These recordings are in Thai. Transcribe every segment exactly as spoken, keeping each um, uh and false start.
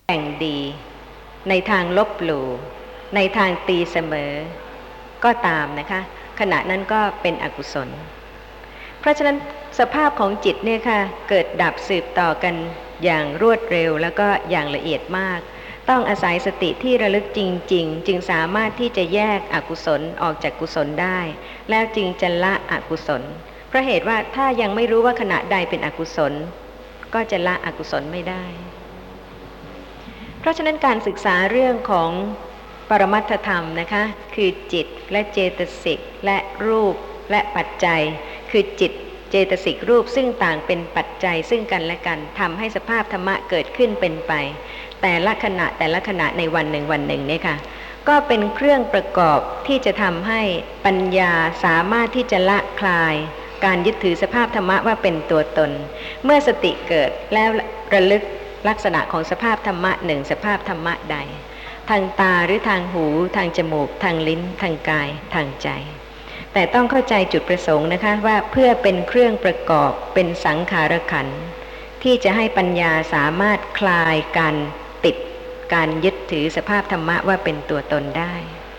แต่งดีในทางลบหลู่ในทางตีเสมอก็ตามนะคะขณะนั้นก็เป็นอกุศลเพราะฉะนั้นสภาพของจิตเนี่ยค่ะเกิดดับสืบต่อกันอย่างรวดเร็วแล้วก็อย่างละเอียดมากต้องอาศัยสติที่ระลึกจริงๆจึงสามารถที่จะแยกอกุศลออกจากกุศลได้แล้วจึงจะละอกุศลเพราะเหตุว่าถ้ายังไม่รู้ว่าขณะใดเป็นอกุศลก็จะละอกุศลไม่ได้เพราะฉะนั้นการศึกษาเรื่องของปรมัตถธรรมนะคะคือจิตและเจตสิกและรูปและปัจจัยคือจิตเจตสิกรูปซึ่งต่างเป็นปัจจัยซึ่งกันและกันทำให้สภาพธรรมะเกิดขึ้นเป็นไปแต่ละขณะแต่ละขณะในวันหนึ่งวันหนึ่งเนี่ยค่ะก็เป็นเครื่องประกอบที่จะทำให้ปัญญาสามารถที่จะละคลายการยึดถือสภาพธรรมะว่าเป็นตัวตนเมื่อสติเกิดแล้วระลึกลักษณะของสภาพธรรมะหนึ่งสภาพธรรมะใดทางตาหรือทางหูทางจมูกทางลิ้นทางกายทางใจแต่ต้องเข้าใจจุดประสงค์นะคะว่าเพื่อเป็นเครื่องประกอบเป็นสังขารขันธ์ที่จะให้ปัญญาสามารถคลายการติดการยึดถือสภาพธรรมะว่าเป็นตัวตนได้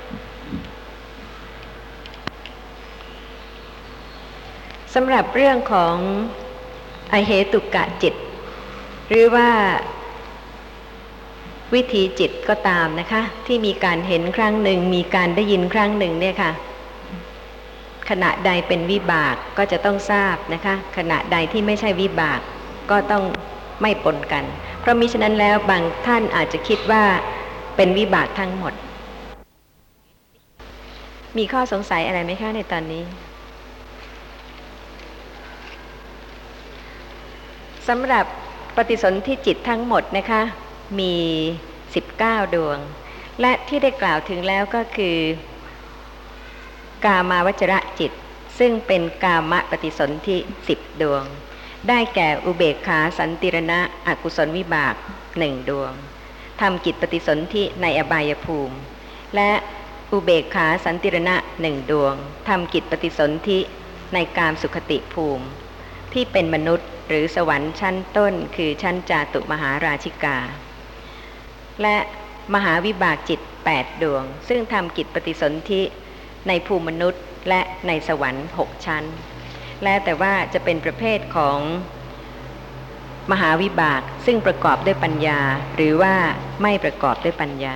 สำหรับเรื่องของอเหตุกะจิตหรือว่าวิธีจิตก็ตามนะคะที่มีการเห็นครั้งหนึ่งมีการได้ยินครั้งหนึ่งเนี่ยค่ะขณะใดเป็นวิบากก็จะต้องทราบนะคะขณะใดที่ไม่ใช่วิบากก็ต้องไม่ปนกันเพราะมิฉะนั้นแล้วบางท่านอาจจะคิดว่าเป็นวิบากทั้งหมดมีข้อสงสัยอะไรไหมคะในตอนนี้สำหรับปฏิสนธิจิตทั้งหมดนะคะมีสิบเก้าดวงและที่ได้กล่าวถึงแล้วก็คือกามาวจรจิตซึ่งเป็นกามปฏิสนธิสิบดวงได้แก่อุเบกขาสันติรณะอกุศลวิบากหนึ่งดวงทำกิจปฏิสนธิในอบายภูมิและอุเบกขาสันติรณะหนึ่งดวงทำกิจปฏิสนธิในกามสุขติภูมิที่เป็นมนุษย์หรือสวรรค์ชั้นต้นคือชั้นจาตุมหาราชิกาและมหาวิบากจิตแปดดวงซึ่งทำกิจปฏิสนธิในภูมิมนุษย์และในสวรรค์หกชั้นและแต่ว่าจะเป็นประเภทของมหาวิบากซึ่งประกอบด้วยปัญญาหรือว่าไม่ประกอบด้วยปัญญา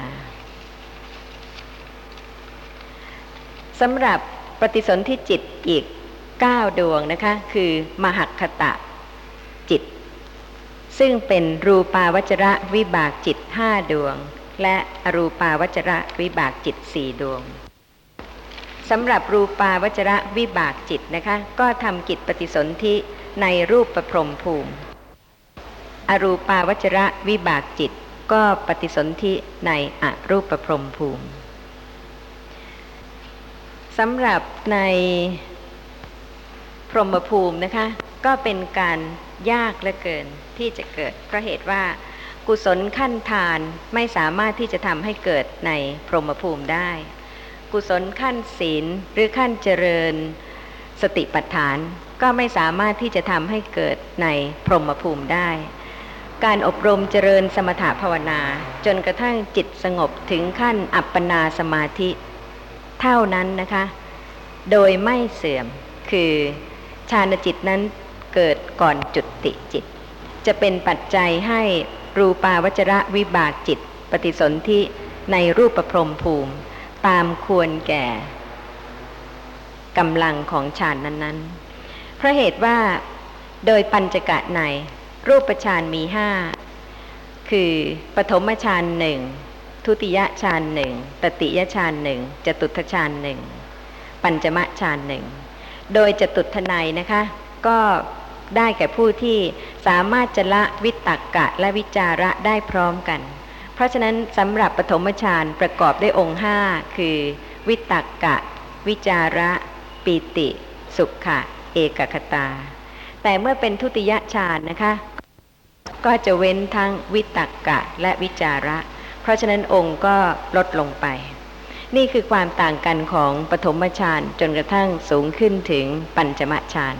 สำหรับปฏิสนธิจิตอีกเก้าดวงนะคะคือมหัคคตะจิตซึ่งเป็นรูปาวจรวิบากจิตห้าดวงและอรูปาวจรวิบากจิตสี่ดวงสำหรับรูปาวจรวิบากจิตนะคะก็ทำกิจปฏิสนธิในรูปประพรหมภูมิอรูปาวจรวิบากจิตก็ปฏิสนธิในอรูปประพรหมภูมิสำหรับในพรหมภูมินะคะก็เป็นการยากเหลือเกินที่จะเกิดเพราะเหตุว่ากุศลขั้นทานไม่สามารถที่จะทำให้เกิดในพรหมภูมิได้กุศลขั้นศีลหรือขั้นเจริญสติปัฏฐานก็ไม่สามารถที่จะทำให้เกิดในพรหมภูมิได้การอบรมเจริญสมถภาวนาจนกระทั่งจิตสงบถึงขั้นอัปปนาสมาธิเท่านั้นนะคะโดยไม่เสื่อมคือฌานจิตนั้นเกิดก่อนจุติจิตจะเป็นปัจจัยให้รูปาวจรวิบากจิตปฏิสนธิในรูปประพรหมภูมิตามควรแก่กำลังของฌานนั้นๆเพราะเหตุว่าโดยปัญจกะในรูปฌานมีห้าคือปฐมฌานหนึ่งทุติยฌานหนึ่งตติยฌานหนึ่งจตุตถฌานหนึ่งปัญจมฌานหนึ่งโดยจตุตถนัยนะคะก็ได้แก่ผู้ที่สามารถจะละวิตกกะและวิจาระได้พร้อมกันเพราะฉะนั้นสำหรับปฐมฌานประกอบด้วยองค์ห้าคือวิตกกะวิจาระปีติสุขะเอกคตาแต่เมื่อเป็นทุติยฌานนะคะก็จะเว้นทั้งวิตกกะและวิจาระเพราะฉะนั้นองค์ก็ลดลงไปนี่คือความต่างกันของปฐมฌานจนกระทั่งสูงขึ้นถึงปัญจมฌาน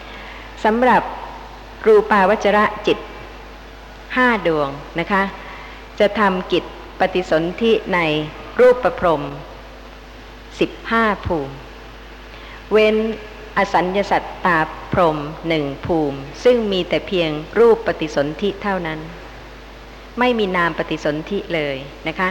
สำหรับรูปาวจรจิตห้าดวงนะคะจะทำกิจปฏิสนธิในรูปประพรหมสิบห้าภูมิเว้นอสัญญสัตตาพรหมหนึ่งภูมิซึ่งมีแต่เพียงรูปปฏิสนธิเท่านั้นไม่มีนามปฏิสนธิเลยนะคะ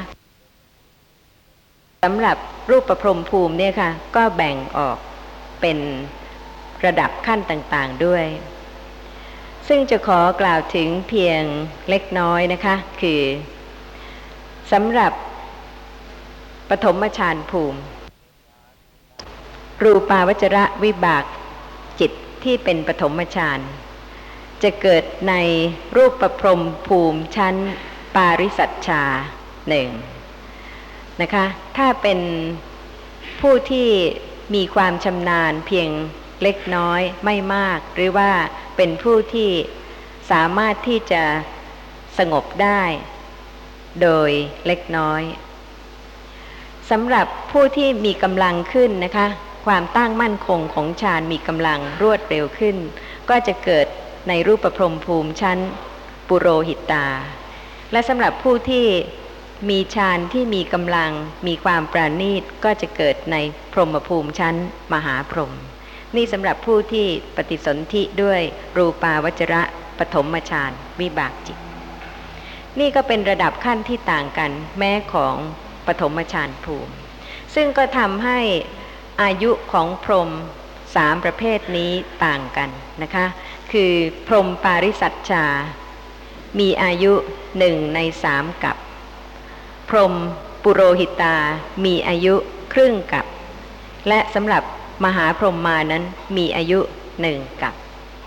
สำหรับรูปประพรหมภูมิเนี่ยค่ะก็แบ่งออกเป็นระดับขั้นต่างๆด้วยซึ่งจะขอกล่าวถึงเพียงเล็กน้อยนะคะคือสำหรับปฐมฌานภูมิรูปาวจรวิบากจิตที่เป็นปฐมฌานจะเกิดในรูปประพรหมภูมิชั้นปาริสัชชาหนึ่งนะคะถ้าเป็นผู้ที่มีความชำนาญเพียงเล็กน้อยไม่มากหรือว่าเป็นผู้ที่สามารถที่จะสงบได้โดยเล็กน้อยสำหรับผู้ที่มีกำลังขึ้นนะคะความตั้งมั่นคงของฌานมีกำลังรวดเร็วขึ้นก็จะเกิดในรูปประพรหมภูมิชั้นปุโรหิตาและสำหรับผู้ที่มีฌานที่มีกำลังมีความปราณีตก็จะเกิดในพรหมภูมิชั้นมหาพรหมนี่สำหรับผู้ที่ปฏิสนธิด้วยรูปาวจรปฐมฌานวิบากจิตนี่ก็เป็นระดับขั้นที่ต่างกันแม้ของปฐมฌานภูมิซึ่งก็ทำให้อายุของพรหมสามประเภทนี้ต่างกันนะคะคือพรหมปาริสัชชามีอายุหนึ่งในสามกับพรหมปุโรหิตามีอายุครึ่งกับและสำหรับมหาพรหมมานั้นมีอายุหนึ่งกับ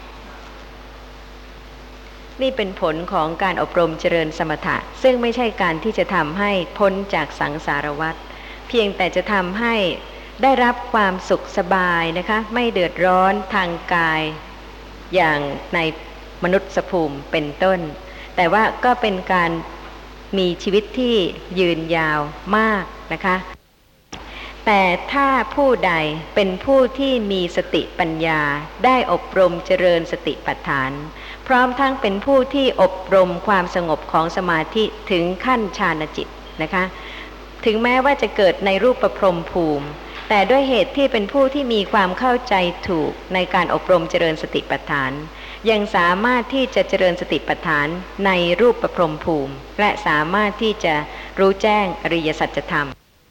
นี่เป็นผลของการอบรมเจริญสมถะซึ่งไม่ใช่การที่จะทำให้พ้นจากสังสารวัฏเพียงแต่จะทำให้ได้รับความสุขสบายนะคะไม่เดือดร้อนทางกายอย่างในมนุษย์ภูมิเป็นต้นแต่ว่าก็เป็นการมีชีวิตที่ยืนยาวมากนะคะแต่ถ้าผู้ใดเป็นผู้ที่มีสติปัญญาได้อบรมเจริญสติปัฏฐานพร้อมทั้งเป็นผู้ที่อบรมความสงบของสมาธิถึงขั้นฌานจิตนะคะถึงแม้ว่าจะเกิดในรูปประพรหมภูมิแต่ด้วยเหตุที่เป็นผู้ที่มีความเข้าใจถูกในการอบรมเจริญสติปัฏฐานยังสามารถที่จะเจริญสติปัฏฐานในรูปประพรหมภูมิและสามารถที่จะรู้แจ้งอริยสัจธรรม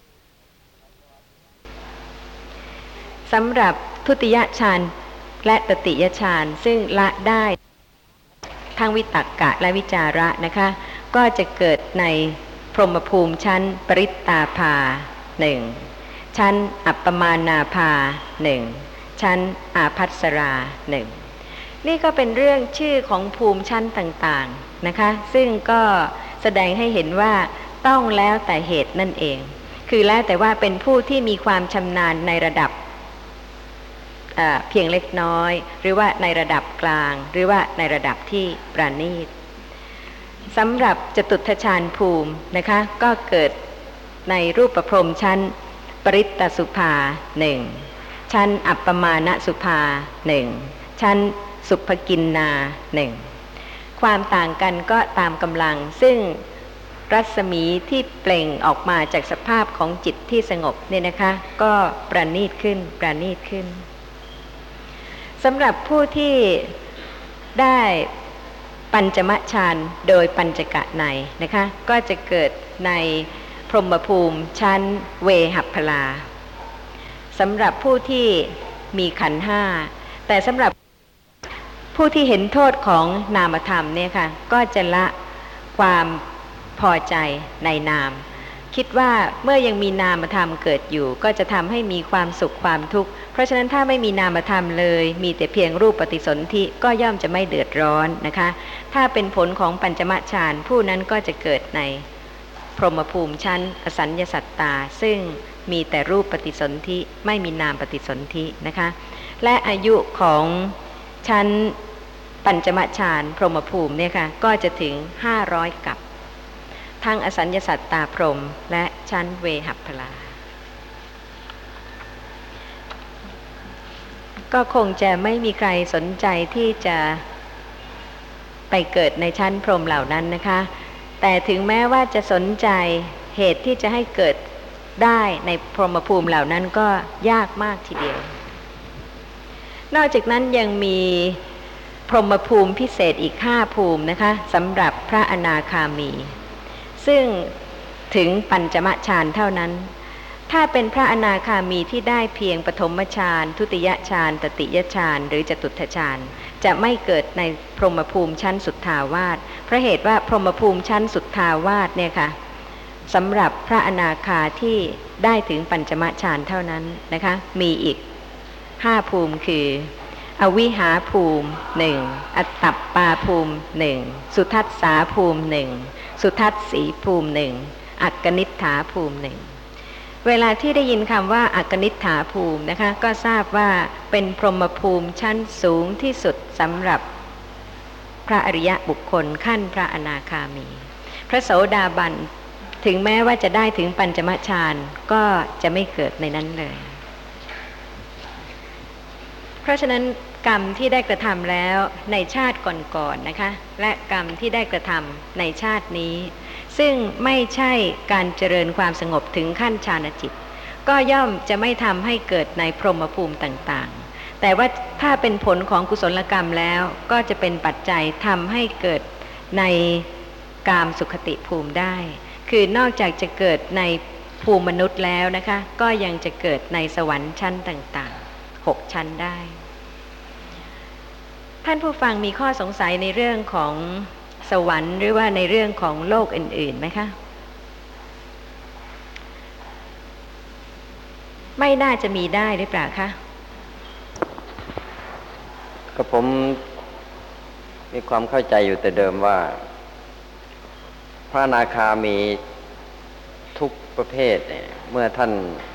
สำหรับทุติยฌานและตติยฌานซึ่งละได้ทั้งวิตักกะและวิจาระนะคะก็จะเกิดในพรหมภูมิชั้นปริตตาภาหนึ่งชั้นอัปปมานาภาหนึ่งชั้นอาภัสราหนึ่งนี่ก็เป็นเรื่องชื่อของภูมิชั้นต่างๆนะคะซึ่งก็แสดงให้เห็นว่าต้องแล้วแต่เหตุนั่นเองคือแล้วแต่ว่าเป็นผู้ที่มีความชำนาญในระดับเพียงเล็กน้อยหรือว่าในระดับกลางหรือว่าในระดับที่ประณีตสำหรับจตุตถฌานภูมินะคะก็เกิดในรูปประพรหมชั้นปริตตสุภาหนึ่งชั้นอัปปมาณสุภาหนึ่งชั้นสุภกินนาหนึ่งความต่างกันก็ตามกำลังซึ่งรัศมีที่เปล่งออกมาจากสภาพของจิตที่สงบเนี่ยนะคะก็ประณีตขึ้นประณีตขึ้นสำหรับผู้ที่ได้ปัญจมฌานโดยปัญจกะในนะคะก็จะเกิดในพรหมภูมิชั้นเวหัพพลาสำหรับผู้ที่มีขันธ์ห้าแต่สำหรับผู้ที่เห็นโทษของนามธรรมเนี่ยค่ะก็จะละความพอใจในนามคิดว่าเมื่อยังมีนามธรรมเกิดอยู่ก็จะทำให้มีความสุขความทุกข์เพราะฉะนั้นถ้าไม่มีนามธรรมเลยมีแต่เพียงรูปปฏิสนธิก็ย่อมจะไม่เดือดร้อนนะคะถ้าเป็นผลของปัญจมฌานผู้นั้นก็จะเกิดในพรหมภูมิชั้นอสัญญสัตตาซึ่งมีแต่รูปปฏิสนธิไม่มีนามปฏิสนธินะคะและอายุของชั้นปัญจมฌานพรหมภูมิเนี่ยค่ะก็จะถึงห้าร้อยกับทั้งอสัญญสัตตาพรหมและชั้นเวหัพพลาก็คงจะไม่มีใครสนใจที่จะไปเกิดในชั้นพรหมเหล่านั้นนะคะแต่แต่ถึงแม้ว่าจะสนใจเหตุที่จะให้เกิดได้ในพรหมภูมิเหล่านั้นก็ยากมากทีเดียวนอกจากนั้นยังมีพรหมภูมิพิเศษอีกห้าภูมินะคะสำหรับพระอนาคามีซึ่งถึงปัญจมฌานเท่านั้นถ้าเป็นพระอนาคามีที่ได้เพียงปฐมฌานทุติยฌานตติยฌานหรือจตุตถฌานจะไม่เกิดในพรหมภูมิชั้นสุทธาวาสเพราะเหตุว่าพรหมภูมิชั้นสุทธาวาสเนี่ยค่ะสำหรับพระอนาคาที่ได้ถึงปัญจมฌานเท่านั้นนะคะมีอีกห้าภูมิคืออวิหาภูมิหนึ่งอัตตัปปาภูมิหนึ่งสุทัสสาภูมิหนึ่งสุทัสสีภูมิหนึ่งอักกนิษฐาภูมิหนึ่งเวลาที่ได้ยินคำว่าอักกนิษฐาภูมินะคะก็ทราบว่าเป็นพรหมภูมิชั้นสูงที่สุดสำหรับพระอริยบุคคลขั้นพระอนาคามีพระโสดาบันถึงแม้ว่าจะได้ถึงปัญจมฌานก็จะไม่เกิดในนั้นเลยเพราะฉะนั้นกรรมที่ได้กระทำแล้วในชาติก่อนๆ นะคะและกรรมที่ได้กระทำในชาตินี้ซึ่งไม่ใช่การเจริญความสงบถึงขั้นฌานจิตก็ย่อมจะไม่ทำให้เกิดในพรหมภูมิต่างๆแต่ว่าถ้าเป็นผลของกุศลกรรมแล้วก็จะเป็นปัจจัยทำให้เกิดในกามสุขติภูมิได้คือนอกจากจะเกิดในภูมิมนุษย์แล้วนะคะก็ยังจะเกิดในสวรรค์ชั้นต่างๆหกชั้นได้ท่านผู้ฟังมีข้อสงสัยในเรื่องของสวรรค์หรือว่าในเรื่องของโลกอื่นๆไหมคะไม่น่าจะมีได้หรือเปล่าคะก็ผมมีความเข้าใจอยู่แต่เดิมว่าพระอนาคามีทุกประเภทเนี่ยเมื่อท่าน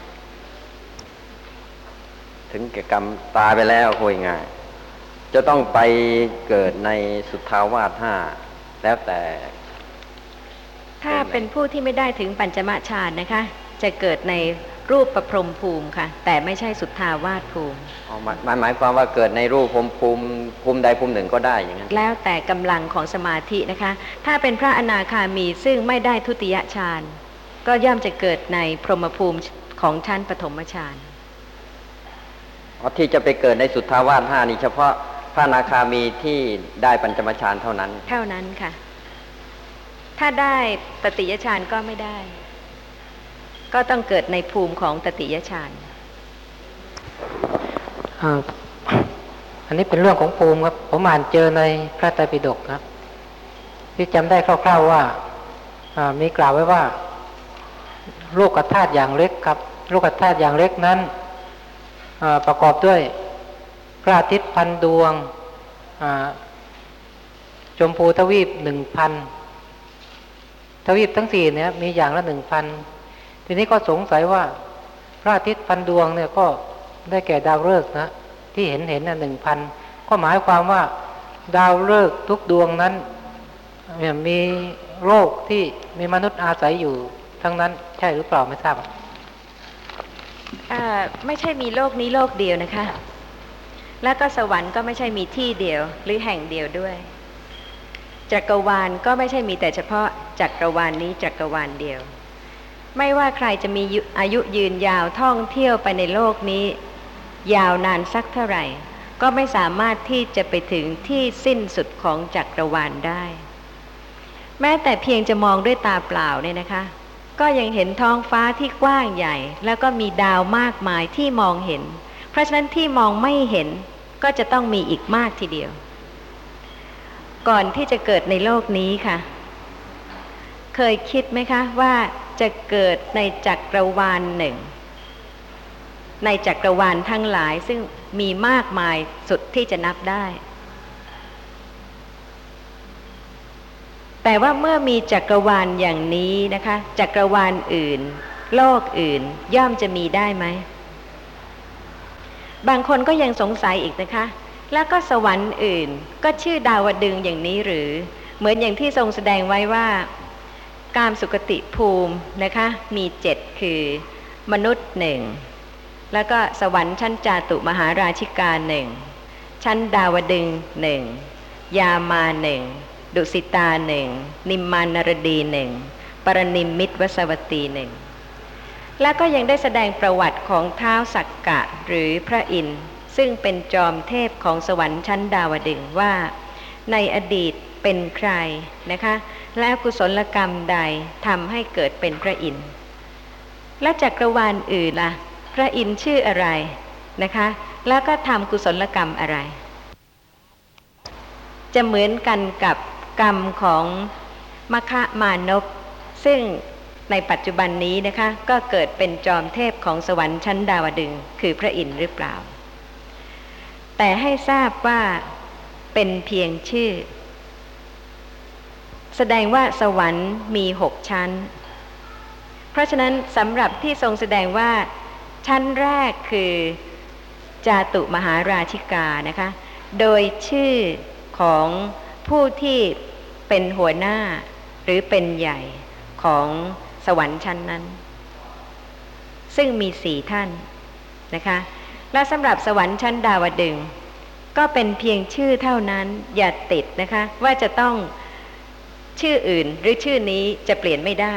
ถึงแก่กรรมตายไปแล้วโอยง่ายจะต้องไปเกิดในสุทธาวาสห้าแล้วแต่ถ้าเป็นผู้ที่ไม่ได้ถึงปัญจมฌานนะคะจะเกิดในรูปประพรหมภูมิค่ะแต่ไม่ใช่สุทธาวาสภูมิอ๋อหมายหมายความว่าเกิดในรูปภูมิภูมิภูมิใดภูมิหนึ่งก็ได้อย่างนั้นแล้วแต่กำลังของสมาธินะคะถ้าเป็นพระอนาคามีซึ่งไม่ได้ทุติยฌานก็ย่อมจะเกิดในพรหมภูมิของชั้นปฐมฌานอ๋อที่จะไปเกิดในสุทธาวาสห้านี่เฉพาะพระอนาคามีที่ได้ปัญจมฌานเท่านั้นเท่านั้นค่ะถ้าได้ตติยฌานก็ไม่ได้ก็ต้องเกิดในภูมิของตติยฌานอันนี้เป็นเรื่องของภูมิครับผมอ่านเจอในพระไตรปิฎกครับที่จำได้คร่าวๆว่ามีกล่าวไว้ว่าโลกธาตุอย่างเล็กครับโลกธาตุอย่างเล็กนั้นประกอบด้วยพระอาทิตย์พันดวงชมพูทวีปหนึ่งพันทวีปทั้งสี่เนี่ยมีอย่างละหนึ่งพันทีนี้ก็สงสัยว่าพระอาทิตย์พันดวงเนี่ยก็ได้แก่ดาวฤกษ์นะที่เห็นเห็นน่ะหนึ่งพันก็หมายความว่าดาวฤกษ์ทุกดวงนั้นมีโลกที่มีมนุษย์อาศัยอยู่ทั้งนั้นใช่หรือเปล่าไม่ทราบอ่าไม่ใช่มีโลกนี้โลกเดียวนะคะแล้วก็สวรรค์ก็ไม่ใช่มีที่เดียวหรือแห่งเดียวด้วยจักรวาลก็ไม่ใช่มีแต่เฉพาะจักรวาลนี้จักรวาลเดียวไม่ว่าใครจะมีอายุยืนยาวท่องเที่ยวไปในโลกนี้ยาวนานสักเท่าไหร่ก็ไม่สามารถที่จะไปถึงที่สิ้นสุดของจักรวาลได้แม้แต่เพียงจะมองด้วยตาเปล่าเนี่ยนะคะก็ยังเห็นท้องฟ้าที่กว้างใหญ่แล้วก็มีดาวมากมายที่มองเห็นเพราะฉะนั้นที่มองไม่เห็นก็จะต้องมีอีกมากทีเดียวก่อนที่จะเกิดในโลกนี้ค่ะเคยคิดไหมคะว่าจะเกิดในจักรวาลหนึ่งในจักรวาลทั้งหลายซึ่งมีมากมายสุดที่จะนับได้แต่ว่าเมื่อมีจักรวาลอย่างนี้นะคะจักรวาลอื่นโลกอื่นย่อมจะมีได้ไหมบางคนก็ยังสงสัยอีกนะคะแล้วก็สวรรค์อื่นก็ชื่อดาวดึงส์อย่างนี้หรือเหมือนอย่างที่ทรงแสดงไว้ว่ากามสุคติภูมินะคะมีเจ็ดคือมนุษย์หนึ่งแล้วก็สวรรค์ชั้นจาตุมหาราชิกาหนึ่งชั้นดาวดึงส์หนึ่งยามาหนึ่งดุสิตาหนึ่งนิมมานรดีหนึ่งปรนิมมิตรวสวัตตีหนึ่งแล้วก็ยังได้แสดงประวัติของท้าวสักกะหรือพระอินทร์ซึ่งเป็นจอมเทพของสวรรค์ชั้นดาวดึงส์ว่าในอดีตเป็นใครนะคะและกุศลกรรมใดทำให้เกิดเป็นพระอินทร์และจักรวาลอื่นล่ะพระอินทร์ชื่ออะไรนะคะแล้วก็ทำกุศลกรรมอะไรจะเหมือนกันกับกรรมของมคมานพซึ่งในปัจจุบันนี้นะคะก็เกิดเป็นจอมเทพของสวรรค์ชั้นดาวดึงส์คือพระอินทร์หรือเปล่าแต่ให้ทราบว่าเป็นเพียงชื่อแสดงว่าสวรรค์มีหกชั้นเพราะฉะนั้นสำหรับที่ทรงแสดงว่าชั้นแรกคือจาตุมหาราชิกานะคะโดยชื่อของผู้ที่เป็นหัวหน้าหรือเป็นใหญ่ของสวรรค์ชั้นนั้นซึ่งมีสี่ท่านนะคะและสำหรับสวรรค์ชั้นดาวดึงส์ก็เป็นเพียงชื่อเท่านั้นอย่าติดนะคะว่าจะต้องชื่ออื่นหรือชื่อนี้จะเปลี่ยนไม่ได้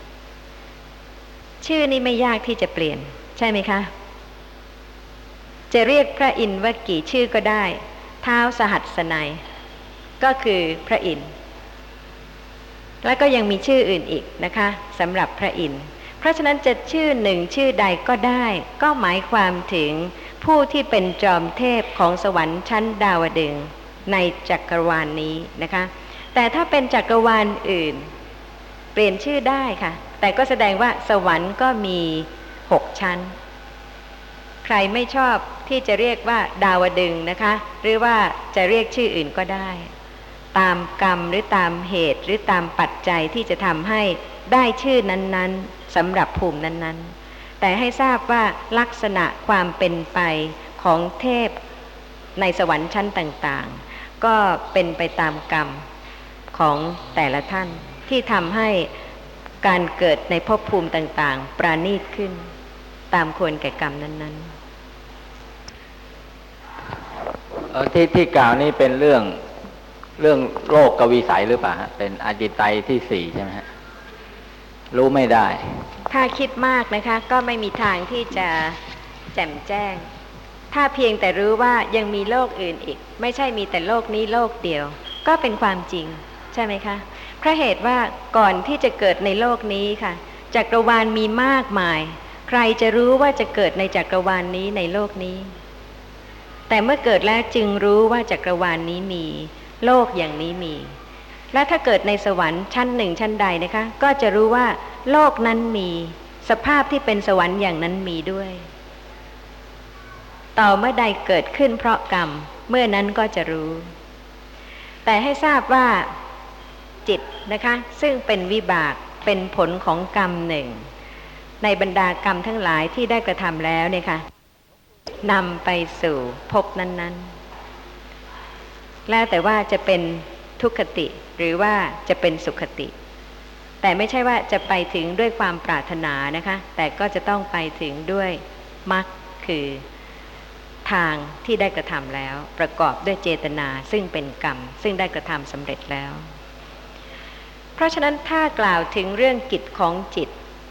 ชื่อนี้ไม่ยากที่จะเปลี่ยนใช่ไหมคะจะเรียกพระอินทร์ว่ากี่ชื่อก็ได้ท้าวสหัสนัยก็คือพระอินทร์แล้วก็ยังมีชื่ออื่นอีกนะคะสำหรับพระอินทร์เพราะฉะนั้นจะชื่อหนึ่งชื่อใดก็ได้ก็หมายความถึงผู้ที่เป็นจอมเทพของสวรรค์ชั้นดาวดึงส์ในจักรวาล น, นี้นะคะแต่ถ้าเป็นจักรวาลอื่นเปลี่ยนชื่อได้ค่ะแต่ก็แสดงว่าสวรรค์ก็มีหกชั้นใครไม่ชอบที่จะเรียกว่าดาวดึงส์นะคะหรือว่าจะเรียกชื่ออื่นก็ได้ตามกรรมหรือตามเหตุหรือตามปัจจัยที่จะทำให้ได้ชื่อนั้นๆสำหรับภูมินั้นๆแต่ให้ทราบว่าลักษณะความเป็นไปของเทพในสวรรค์ชั้นต่างๆก็เป็นไปตามกรรมของแต่ละท่านที่ทำให้การเกิดในภพภูมิต่างๆประณีตขึ้นตามควรแก่กรรมนั้นๆที่ที่กล่าวนี้เป็นเรื่องเรื่องโลกกวิสัยหรือเปล่าฮะเป็นอจิตไตรที่สี่ใช่ไหมฮะรู้ไม่ได้ถ้าคิดมากนะคะก็ไม่มีทางที่จะแจ่มแจ้งถ้าเพียงแต่รู้ว่ายังมีโลกอื่นอีกไม่ใช่มีแต่โลกนี้โลกเดียวก็เป็นความจริงใช่ไหมคะเพราะเหตุว่าก่อนที่จะเกิดในโลกนี้ค่ะจักรวาลมีมากมายใครจะรู้ว่าจะเกิดในจักรวาลนี้ในโลกนี้แต่เมื่อเกิดแล้วจึงรู้ว่าจักรวาลนี้มีโลกอย่างนี้มีและถ้าเกิดในสวรรค์ชั้นหนึ่งชั้นใดนะคะก็จะรู้ว่าโลกนั้นมีสภาพที่เป็นสวรรค์อย่างนั้นมีด้วยต่อเมื่อใดเกิดขึ้นเพราะกรรมเมื่อนั้นก็จะรู้แต่ให้ทราบว่าจิตนะคะซึ่งเป็นวิบากเป็นผลของกรรมหนึ่งในบรรดากรรมทั้งหลายที่ได้กระทำแล้วเนี่ยค่ะนำไปสู่ภพนั้นๆแล้วแต่ว่าจะเป็นทุกขติหรือว่าจะเป็นสุขติแต่ไม่ใช่ว่าจะไปถึงด้วยความปรารถนานะคะแต่ก็จะต้องไปถึงด้วยมรรคคือทางที่ได้กระทำแล้วประกอบด้วยเจตนาซึ่งเป็นกรรมซึ่งได้กระทำสำเร็จแล้วเพราะฉะนั้นถ้ากล่าวถึงเรื่องกิจของจิต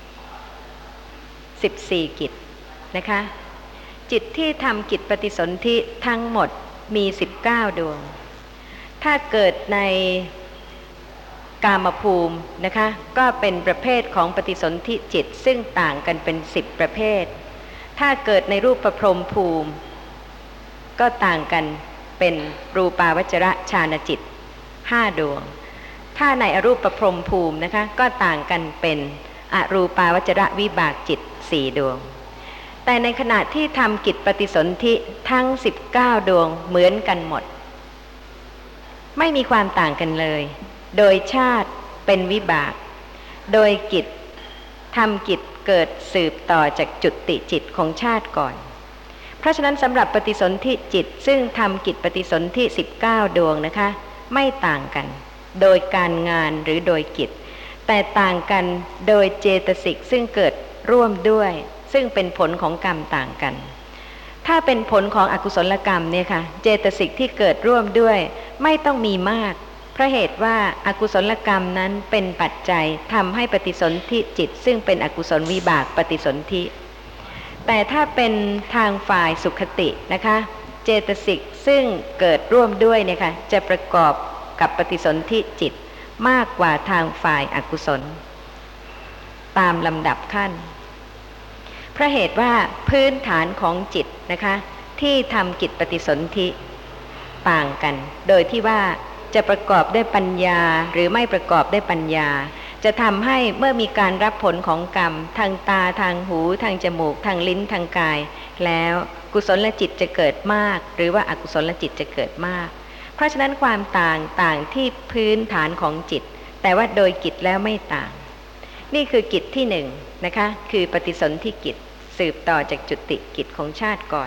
สิบสี่กิจนะคะจิตที่ทำกิจปฏิสนธิทั้งหมดมีสิบเก้าดวงถ้าเกิดในกามภูมินะคะก็เป็นประเภทของปฏิสนธิจิตซึ่งต่างกันเป็นสิบประเภทถ้าเกิดในรูปประพรหมภูมิก็ต่างกันเป็นรูปาวจรฌานจิตห้าดวงถ้าในอรูปประพรหมภูมินะคะก็ต่างกันเป็นอรูปาวจรวิบากจิตสี่ดวงแต่ในขณะที่ทำกิจปฏิสนธิทั้งสิบเก้าดวงเหมือนกันหมดไม่มีความต่างกันเลยโดยชาติเป็นวิบากโดยกิจทำกิจเกิดสืบต่อจากจุติจิตของชาติก่อนเพราะฉะนั้นสำหรับปฏิสนธิจิตซึ่งทำกิจปฏิสนธิสิบเก้าดวงนะคะไม่ต่างกันโดยการงานหรือโดยกิจแต่ต่างกันโดยเจตสิกซึ่งเกิดร่วมด้วยซึ่งเป็นผลของกรรมต่างกันถ้าเป็นผลของอกุศลกรรมเนี่ยค่ะเจตสิกที่เกิดร่วมด้วยไม่ต้องมีมากเพราะเหตุว่าอากุศลกรรมนั้นเป็นปัจจัยทำให้ปฏิสนธิจิตซึ่งเป็นอกุศลวิบากปฏิสนธิแต่ถ้าเป็นทางฝ่ายสุขตินะคะเจตสิกซึ่งเกิดร่วมด้วยเนี่ยค่ะจะประกอบกับปฏิสนธิจิตมากกว่าทางฝ่ายอกุศลตามลำดับขั้นเพราะเหตุว่าพื้นฐานของจิตนะคะที่ทำกิจปฏิสนธิต่างกันโดยที่ว่าจะประกอบด้วยปัญญาหรือไม่ประกอบด้วยปัญญาจะทำให้เมื่อมีการรับผลของกรรมทางตาทางหูทางจมูกทางลิ้นทางกายแล้วกุศลจิตจะเกิดมากหรือว่าอกุศลจิตจะเกิดมากเพราะฉะนั้นความต่างต่างที่พื้นฐานของจิตแต่ว่าโดยกิจแล้วไม่ต่างนี่คือกิจที่หนึ่งนะคะคือปฏิสนธิกิจสืบต่อจากจุติกิจของชาติก่อน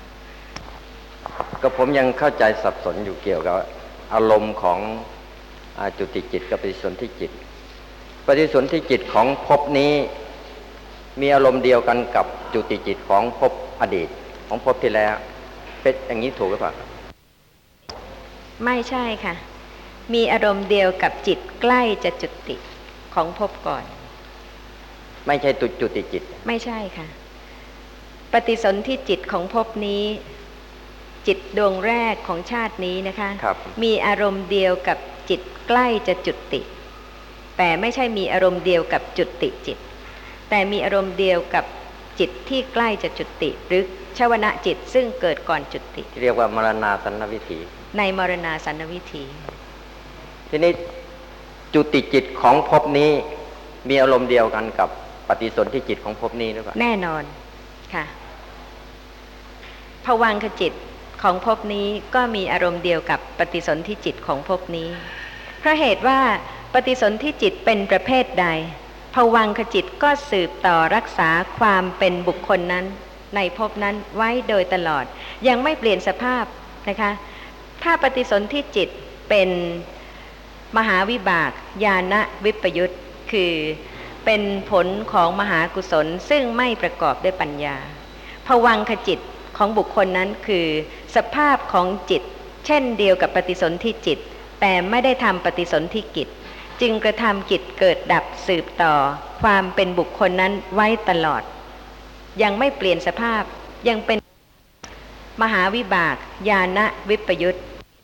ก็ผมยังเข้าใจสับสนอยู่เกี่ยวกับอารมณ์ของจุติจิตกับปฏิสนธิจิตปฏิสนธิจิตของภพนี้มีอารมณ์เดียวกันกับจุติจิตของภพอดีตของภพที่แล้วเป็นอย่างนี้ถูกหรือเปล่าไม่ใช่ค่ะมีอารมณ์เดียวกับจิตใกล้จะจุติของภพก่อนไม่ใช่ตุจุติจิตไม่ใช่ค่ะปฏิสนธิจิตของภพนี้จิตดวงแรกของชาตินี้นะคะมีอารมณ์เดียวกับจิตใกล้จะจุติแต่ไม่ใช่มีอารมณ์เดียวกับจุติจิตแต่มีอารมณ์เดียวกับจิตที่ใกล้จะจุติหรือชวนะจิตซึ่งเกิดก่อนจุติเรียกว่ามรณาสันนวิถีในมรณาสันนวิถีทีนี้จุติจิตของภพนี้มีอารมณ์เดียวกันกับปฏิสนธิจิตของภพนี้หรือเปล่าแน่นอนค่ะภวังคจิตของภพนี้ก็มีอารมณ์เดียวกับปฏิสนธิจิตของภพนี้เพราะเหตุว่าปฏิสนธิจิตเป็นประเภทใดภวังคจิตก็สืบต่อรักษาความเป็นบุคคลนั้นในภพนั้นไว้โดยตลอดยังไม่เปลี่ยนสภาพนะคะถ้าปฏิสนธิจิตเป็นมหาวิบากญาณวิปยุตคือเป็นผลของมหากุศลซึ่งไม่ประกอบด้วยปัญญาภวังคจิตของบุคคลนั้นคือสภาพของจิตเช่นเดียวกับปฏิสนธิจิตแต่ไม่ได้ทำปฏิสนธิกิจจึงกระทำกิจเกิดดับสืบต่อความเป็นบุคคลนั้นไว้ตลอดยังไม่เปลี่ยนสภาพยังเป็นมหาวิบากญาณวิปยุต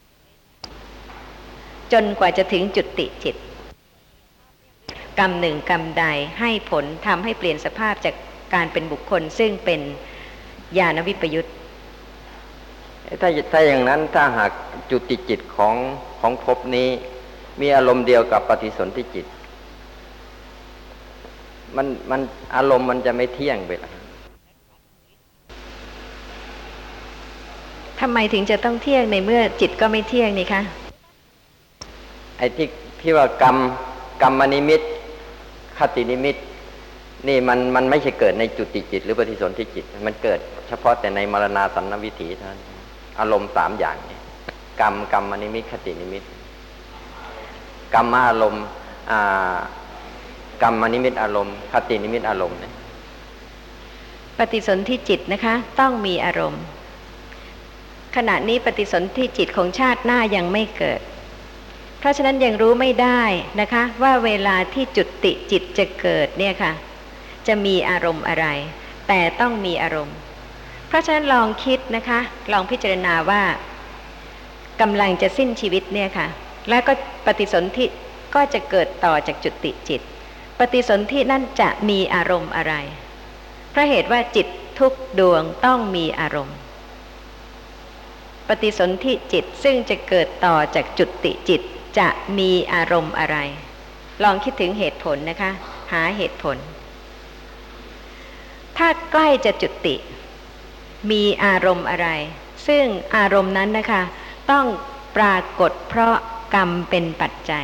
จนกว่าจะถึงจุติจิตกรรมหนึ่งกรรมใดให้ผลทำให้เปลี่ยนสภาพจากการเป็นบุคคลซึ่งเป็นญาณวิปยุตถ้าถ้าอย่างนั้นถ้าหากจุติจิตของของภพนี้มีอารมณ์เดียวกับปฏิสนธิจิตมันมันอารมณ์มันจะไม่เที่ยงไปหรอทำไมถึงจะต้องเที่ยงในเมื่อจิตก็ไม่เที่ยงนี่คะไอ้ที่ที่ว่ากรรมกรรมนิมิตคตินิมิตนี่มันมันไม่ใช่เกิดในจุติจิตหรือปฏิสนธิจิตมันเกิดเฉพาะแต่ในมรณาสันนวิถีเท่านั้นอารมณ์สามอย่างนี้กรรมกรรมนิมิตคตินิมิตกรรมอารมณ์กรรมนิมิตอารมณ์คตินิมิตอารมณ์เนี่ยปฏิสนธิจิตนะคะต้องมีอารมณ์ขณะนี้ปฏิสนธิจิตของชาติหน้ายังไม่เกิดเพราะฉะนั้นยังรู้ไม่ได้นะคะว่าเวลาที่จุติจิตจะเกิดเนี่ยค่ะจะมีอารมณ์อะไรแต่ต้องมีอารมณ์เพราะฉะนั้นลองคิดนะคะลองพิจารณาว่ากำลังจะสิ้นชีวิตเนี่ยค่ะแล้วก็ปฏิสนธิก็จะเกิดต่อจากจุติจิตปฏิสนธินั่นจะมีอารมณ์อะไรเพราะเหตุว่าจิตทุกดวงต้องมีอารมณ์ปฏิสนธิจิตซึ่งจะเกิดต่อจากจุติจิตจะมีอารมณ์อะไรลองคิดถึงเหตุผลนะคะหาเหตุผลถ้าใกล้จะจุติมีอารมณ์อะไรซึ่งอารมณ์นั้นนะคะต้องปรากฏเพราะกรรมเป็นปัจจัย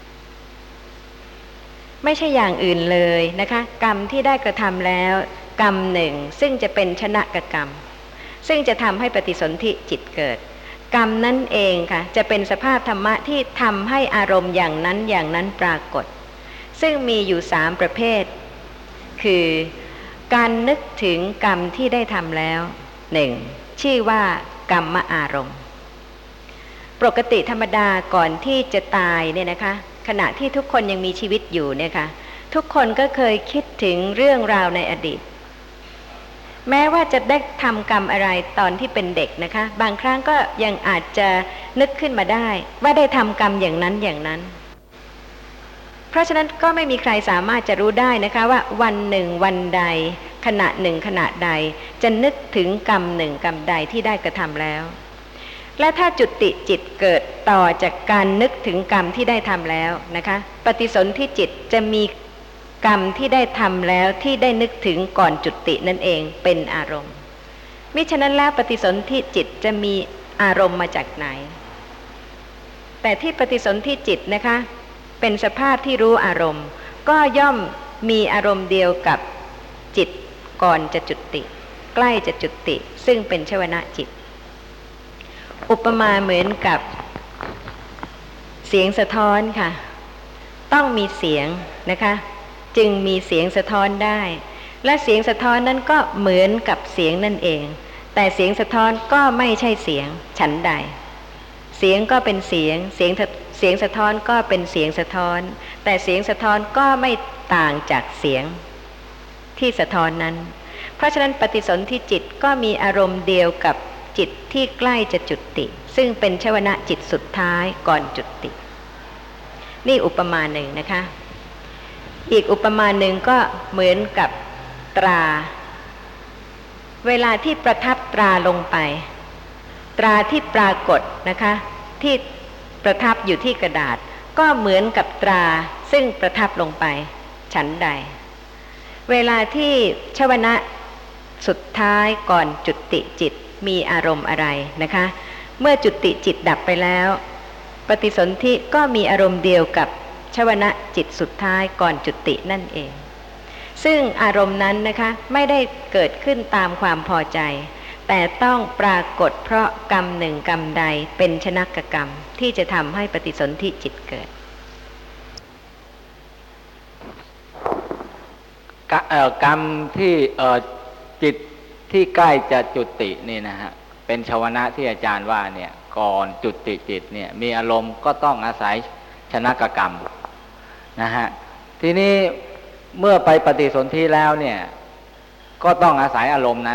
ไม่ใช่อย่างอื่นเลยนะคะกรรมที่ได้กระทำแล้วกรรมหนึ่งซึ่งจะเป็นชนะกกรรมซึ่งจะทำให้ปฏิสนธิจิตเกิดกรรมนั่นเองค่ะจะเป็นสภาพธรรมะที่ทำให้อารมณ์อย่างนั้นอย่างนั้นปรากฏซึ่งมีอยู่สามประเภทคือการนึกถึงกรรมที่ได้ทำแล้วหนึ่งชื่อว่ากรรมอารมณ์ปกติธรรมดาก่อนที่จะตายเนี่ยนะคะขณะที่ทุกคนยังมีชีวิตอยู่เนี่ยค่ะทุกคนก็เคยคิดถึงเรื่องราวในอดีตแม้ว่าจะได้ทำกรรมอะไรตอนที่เป็นเด็กนะคะบางครั้งก็ยังอาจจะนึกขึ้นมาได้ว่าได้ทำกรรมอย่างนั้นอย่างนั้นเพราะฉะนั้นก็ไม่มีใครสามารถจะรู้ได้นะคะว่าวันหนึ่งวันใดขณะหนึ่งขณะใดจะนึกถึงกรรมหนึ่งกรรมใดที่ได้กระทำแล้วและถ้าจุติจิตเกิดต่อจากการนึกถึงกรรมที่ได้ทำแล้วนะคะปฏิสนธิจิตจะมีกรรมที่ได้ทำแล้วที่ได้นึกถึงก่อนจุตินั่นเองเป็นอารมณ์มิฉะนั้นแล้วปฏิสนธิจิตจะมีอารมณ์มาจากไหนแต่ที่ปฏิสนธิจิตนะคะเป็นสภาพที่รู้อารมณ์ก็ย่อมมีอารมณ์เดียวกับจิตก่อนจะจุติใกล้จะจุติซึ่งเป็นชวนะจิตอุปมาเหมือนกับเสียงสะท้อนค่ะต้องมีเสียงนะคะจึงมีเสียงสะท้อนได้และเสียงสะท้อนนั้นก็เหมือนกับเสียงนั่นเองแต่เสียงสะท้อนก็ไม่ใช่เสียงฉันใดเสียงก็เป็นเสียงเสียงเสียงสะท้อนก็เป็นเสียงสะท้อนแต่เสียงสะท้อนก็ไม่ต่างจากเสียงที่สะท้อนนั้นเพราะฉะนั้นปฏิสนธิจิตก็มีอารมณ์เดียวกับจิตที่ใกล้จะจุติซึ่งเป็นชวนะจิตสุดท้ายก่อนจุตินี่อุปมาหนึ่งนะคะอีกอุปมาหนึ่งก็เหมือนกับตราเวลาที่ประทับตราลงไปตราที่ปรากฏนะคะที่ประทับอยู่ที่กระดาษก็เหมือนกับตราซึ่งประทับลงไปฉันใดเวลาที่ชวนะสุดท้ายก่อนจุติจิตมีอารมณ์อะไรนะคะเมื่อจุติจิตดับไปแล้วปฏิสนธิก็มีอารมณ์เดียวกับชวนะจิตสุดท้ายก่อนจุตินั่นเองซึ่งอารมณ์นั้นนะคะไม่ได้เกิดขึ้นตามความพอใจแต่ต้องปรากฏเพราะกรรมหนึ่งกรรมใดเป็นชนักกรรมที่จะทำให้ปฏิสนธิจิตเกิดกรรมที่จิตที่ใกล้จะจุตินี่นะฮะเป็นชวนะที่อาจารย์ว่าเนี่ยก่อนจุติจิตเนี่ยมีอารมณ์ก็ต้องอาศัยชนักกรรมนะฮะทีนี้เมื่อไปปฏิสนธิแล้วเนี่ยก็ต้องอาศัยอารมณ์นั้น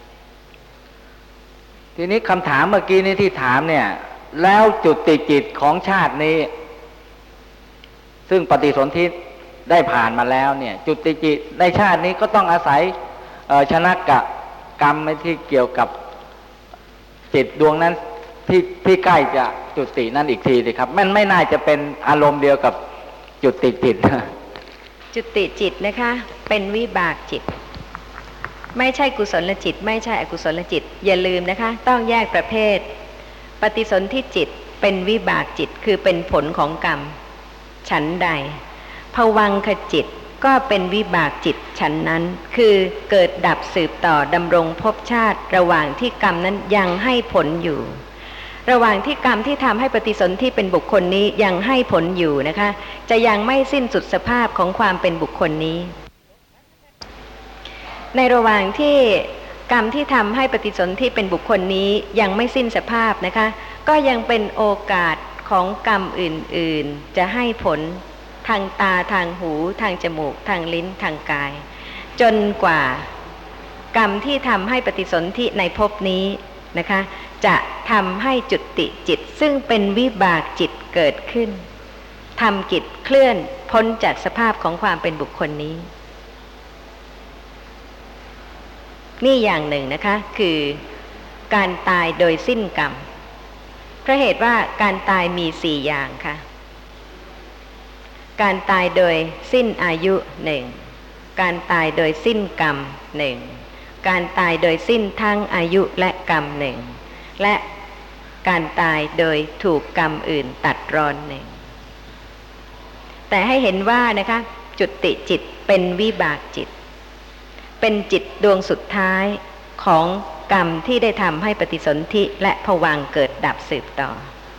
ทีนี้คำถามเมื่อกี้นี้ที่ถามเนี่ยแล้วจุติจิตของชาตินี้ซึ่งปฏิสนธิได้ผ่านมาแล้วเนี่ยจุติจิตในชาตินี้ก็ต้องอาศัยชนักกรรมที่เกี่ยวกับจิตดวงนั้นที่ที่ใกล้จะจุตินั่นอีกทีสิครับมันไม่น่าจะเป็นอารมณ์เดียวกับจุติจิตจุติจิตนะคะเป็นวิบากจิตไม่ใช่กุศลจิตไม่ใช่อกุศลจิตอย่าลืมนะคะต้องแยกประเภทปฏิสนธิจิตเป็นวิบากจิตคือเป็นผลของกรรมฉันใดภวังคจิตก็เป็นวิบากจิตฉันนั้นคือเกิดดับสืบต่อดำรงภพชาติระหว่างที่กรรมนั้นยังให้ผลอยู่ระหว่างที่กรรมที่ทำให้ปฏิสนธิเป็นบุคคลนี้ยังให้ผลอยู่นะคะจะยังไม่สิ้นสุดสภาพของความเป็นบุคคลนี้ในระหว่างที่กรรมที่ทำให้ปฏิสนธิเป็นบุคคลนี้ยังไม่สิ้นสภาพนะคะก็ยังเป็นโอกาสของกรรมอื่นๆจะให้ผลทางตาทางหูทางจมูกทางลิ้นทางกายจนกว่ากรรมที่ทำให้ปฏิสนธิในภพนี้นะคะจะทำให้จุติจิตซึ่งเป็นวิบากจิตเกิดขึ้นทำกิจเคลื่อนพ้นจากสภาพของความเป็นบุคคลนี้นี่อย่างหนึ่งนะคะคือการตายโดยสิ้นกรรมเพราะเหตุว่าการตายมีสี่อย่างค่ะการตายโดยสิ้นอายุหนึ่งการตายโดยสิ้นกรรมหนึ่งการตายโดยสิ้นทั้งอายุและกรรมหนึ่งและการตายโดยถูกกรรมอื่นตัดรอนหนึ่งแต่ให้เห็นว่านะคะจุติจิตเป็นวิบากจิตเป็นจิตดวงสุดท้ายของกรรมที่ได้ทำให้ปฏิสนธิและภวังค์เกิดดับสืบต่อ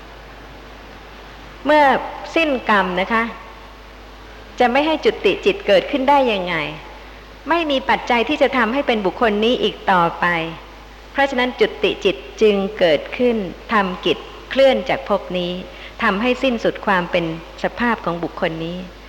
เมื่อสิ้นกรรมนะคะจะไม่ให้จุติจิตเกิดขึ้นได้ยังไงไม่มีปัจจัยที่จะทำให้เป็นบุคคลนี้อีกต่อไปเพราะฉะนั้นจุติจิตจึงเกิดขึ้นทำกิจเคลื่อนจากภพนี้ทำให้สิ้นสุดความเป็นสภาพของบุคคลนี้